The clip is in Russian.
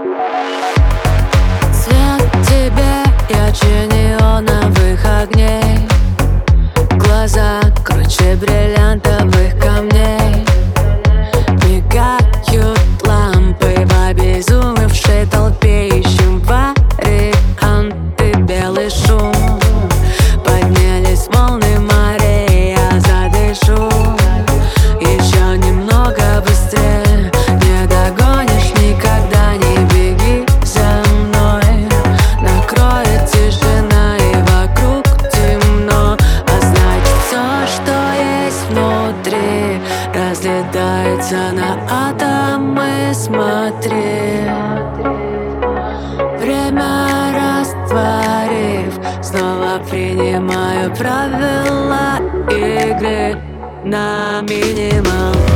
Свет тебе ярче неоновых огней, глаза круче бриллиантовых камней. Мигают лампы в обезумевшей толпе, ищем варианты, белый шум. Поднялись волны морей, я задышу еще немного быстрее. Не догонишь никогда, не беги за мной. Накроет тишина и вокруг темно, а значит все, что есть внутри, разлетается на атомы, смотри. Время растворив, снова принимаю правила игры на минимал.